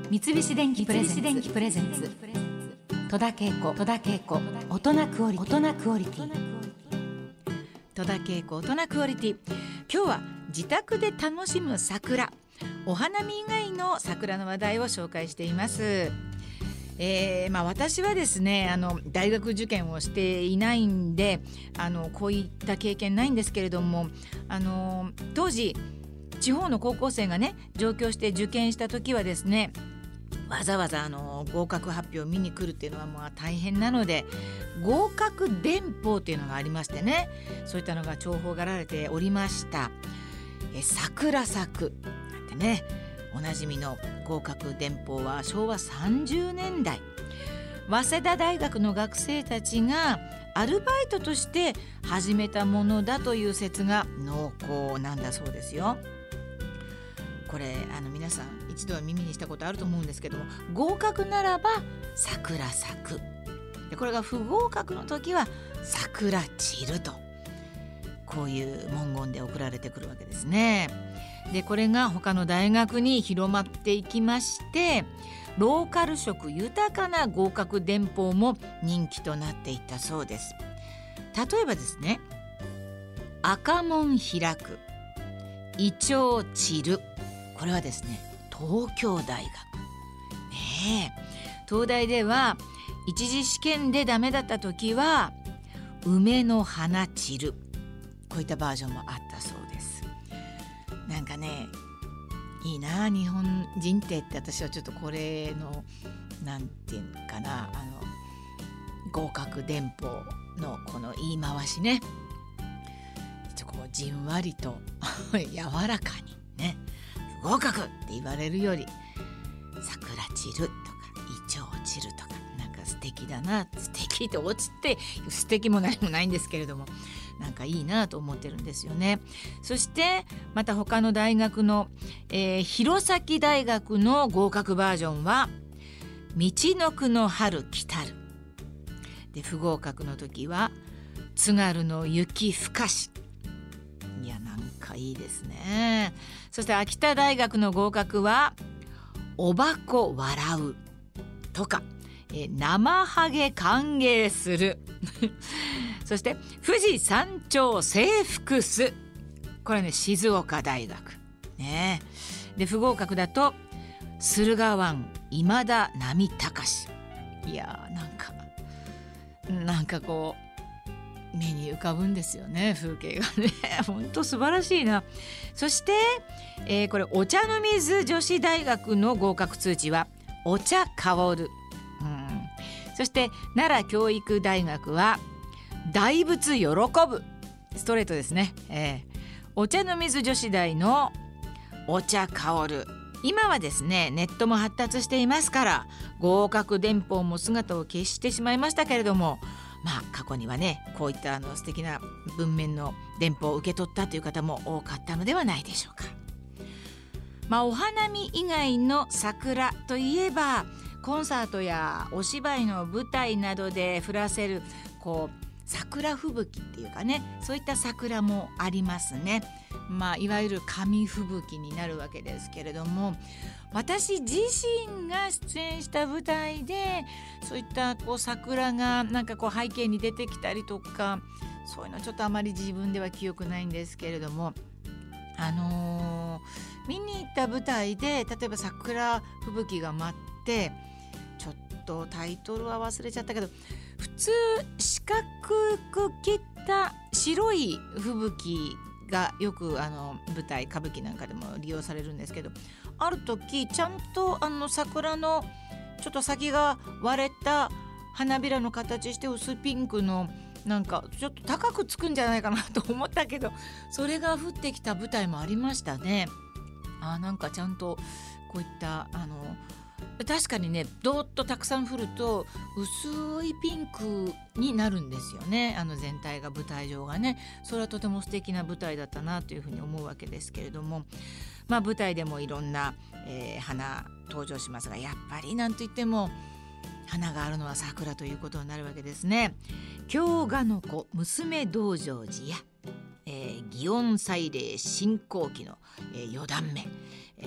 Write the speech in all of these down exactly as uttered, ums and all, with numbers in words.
三菱電機プレゼンツ戸田恵子大人クオリティ戸田恵子大人クオリティ。今日は自宅で楽しむ桜、お花見以外の桜の話題を紹介しています。えーまあ、私はですねあの大学受験をしていないんであのこういった経験ないんですけれども、あの当時地方の高校生がね上京して受験した時はですね、わざわざあの合格発表を見に来るっていうのはもう大変なので、合格電報っていうのがありましてね、そういったのが重宝がられておりました。え桜咲くなんてね、おなじみの合格電報はしょうわさんじゅうねんだい、早稲田大学の学生たちがアルバイトとして始めたものだという説が濃厚なんだそうですよ。これあの皆さん一度は耳にしたことあると思うんですけども、合格ならば桜咲く、でこれが不合格の時は桜散ると、こういう文言で送られてくるわけですね。でこれが他の大学に広まっていきまして、ローカル色豊かな合格電報も人気となっていったそうです。例えばですね、赤門開く、イチョウ散る、これはですね東京大学、ねえ、東大では一次試験でダメだった時は梅の花散る、こういったバージョンもあったそうです。なんかねいいな日本人ってって、私はちょっとこれのなんていうかな、あの合格電報のこの言い回しね、ちょっとこうじんわりと柔らかにね、不合格って言われるより桜散るとかイチョウ散るとか、なんか素敵だな、素敵って落ちて素敵も何もないんですけれども、なんかいいなと思ってるんですよね。そしてまた他の大学の、えー、弘前大学の合格バージョンはみちのくの春来たるで、不合格の時は津軽の雪ふかし、いやなんかいいですね。そして秋田大学の合格はおばこ笑うとか、え生ハゲ歓迎するそして富士山頂征服す、これね静岡大学ね。で不合格だと駿河湾今田波高し、いやなんかなんかこう目に浮かぶんですよね、風景がね本当素晴らしいな。そして、えー、これお茶の水女子大学の合格通知はお茶香る、うん、そして奈良教育大学は大仏喜ぶ、ストレートですね、えー、お茶の水女子大のお茶香る。今はですねネットも発達していますから合格電報も姿を消してしまいましたけれども、まあ過去にはねこういったあの素敵な文面の電報を受け取ったという方も多かったのではないでしょうか。まあお花見以外の桜といえばコンサートやお芝居の舞台などで降らせるこう桜吹雪っていうかね、そういった桜もありますね。まあいわゆる紙吹雪になるわけですけれども、私自身が出演した舞台でそういったこう桜がなんかこう背景に出てきたりとか、そういうのちょっとあまり自分では記憶ないんですけれども、あのー、見に行った舞台で例えば桜吹雪が舞って、ちょっとタイトルは忘れちゃったけど、普通四角く切った白い吹雪がよくあの舞台歌舞伎なんかでも利用されるんですけど、ある時ちゃんとあの桜のちょっと先が割れた花びらの形して薄ピンクのなんかちょっと高くつくんじゃないかなと思ったけど、それが降ってきた舞台もありましたね。あ、なんかちゃんとこういったあの確かにねどーっとたくさん降ると薄いピンクになるんですよね、あの全体が舞台上がね。それはとても素敵な舞台だったなというふうに思うわけですけれども、まあ舞台でもいろんな、えー、花登場しますが、やっぱりなんといっても花があるのは桜ということになるわけですね。京鹿の子娘道成寺や、えー、祇園祭礼進行期の、えー、よだんめ、えー、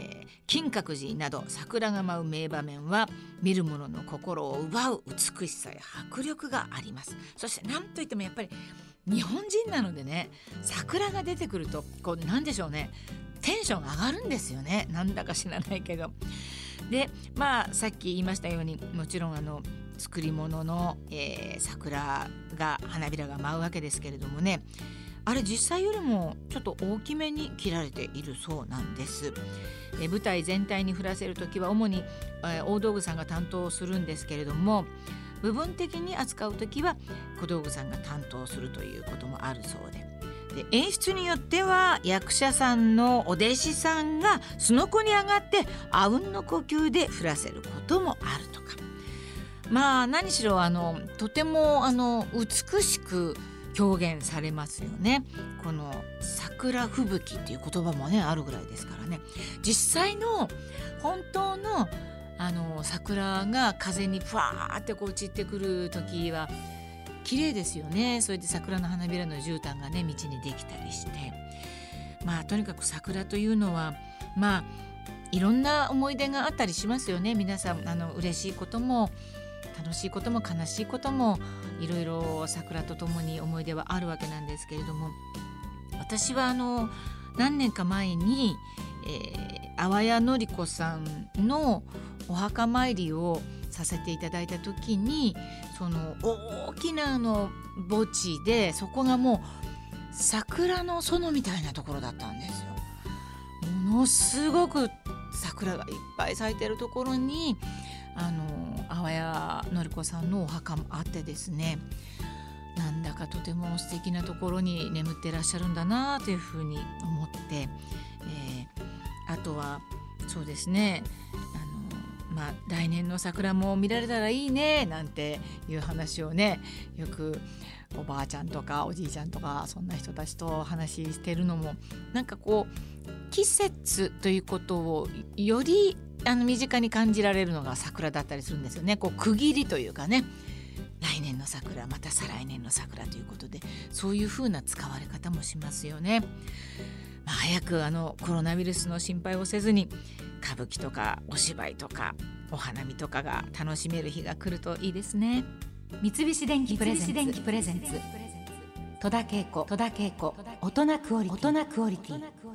金閣寺など桜が舞う名場面は見る者の心を奪う美しさや迫力があります。そして何といってもやっぱり日本人なのでね、桜が出てくるとこうなんでしょうね、テンション上がるんですよね。なんだか知らないけど。でまあさっき言いましたように、もちろんあの作り物の、えー、桜が花びらが舞うわけですけれどもね、あれ実際よりもちょっと大きめに切られているそうなんです。えー、舞台全体に降らせるときは主に、えー、大道具さんが担当するんですけれども、部分的に扱うときは小道具さんが担当するということもあるそうで、で演出によっては役者さんのお弟子さんがすのこに上がってあうんの呼吸で降らせることもあるとか、まあ何しろあのとてもあの美しく表現されますよね。この桜吹雪っていう言葉もねあるぐらいですからね。実際の本当のあの桜が風にふわーってこう散ってくる時は綺麗ですよね。それで桜の花びらの絨毯がね道にできたりして、まあとにかく桜というのはまあいろんな思い出があったりしますよね。皆さんあの嬉しいことも楽しいことも悲しいこともいろいろ桜とともに思い出はあるわけなんですけれども、私はあの何年か前に、えー、淡谷のり子さんのお墓参りをさせていただいた時に、その大きなあの墓地で、そこがもう桜の園みたいなところだったんですよ。ものすごく桜がいっぱい咲いてるところにあの淡谷のり子さんのお墓もあってですね、なんだかとても素敵なところに眠ってらっしゃるんだなというふうに思って、えー、あとはそうですね、あの、まあ、来年の桜も見られたらいいねなんていう話をね、よくおばあちゃんとかおじいちゃんとかそんな人たちと話してるのも、なんかこう季節ということをよりあの身近に感じられるのが桜だったりするんですよね。こう区切りというかね、来年の桜また再来年の桜ということで、そういう風な使われ方もしますよね。まあ、早くあのコロナウイルスの心配をせずに歌舞伎とかお芝居とかお花見とかが楽しめる日が来るといいですね。三菱電機プレゼンツ戸田恵子大人クオリティ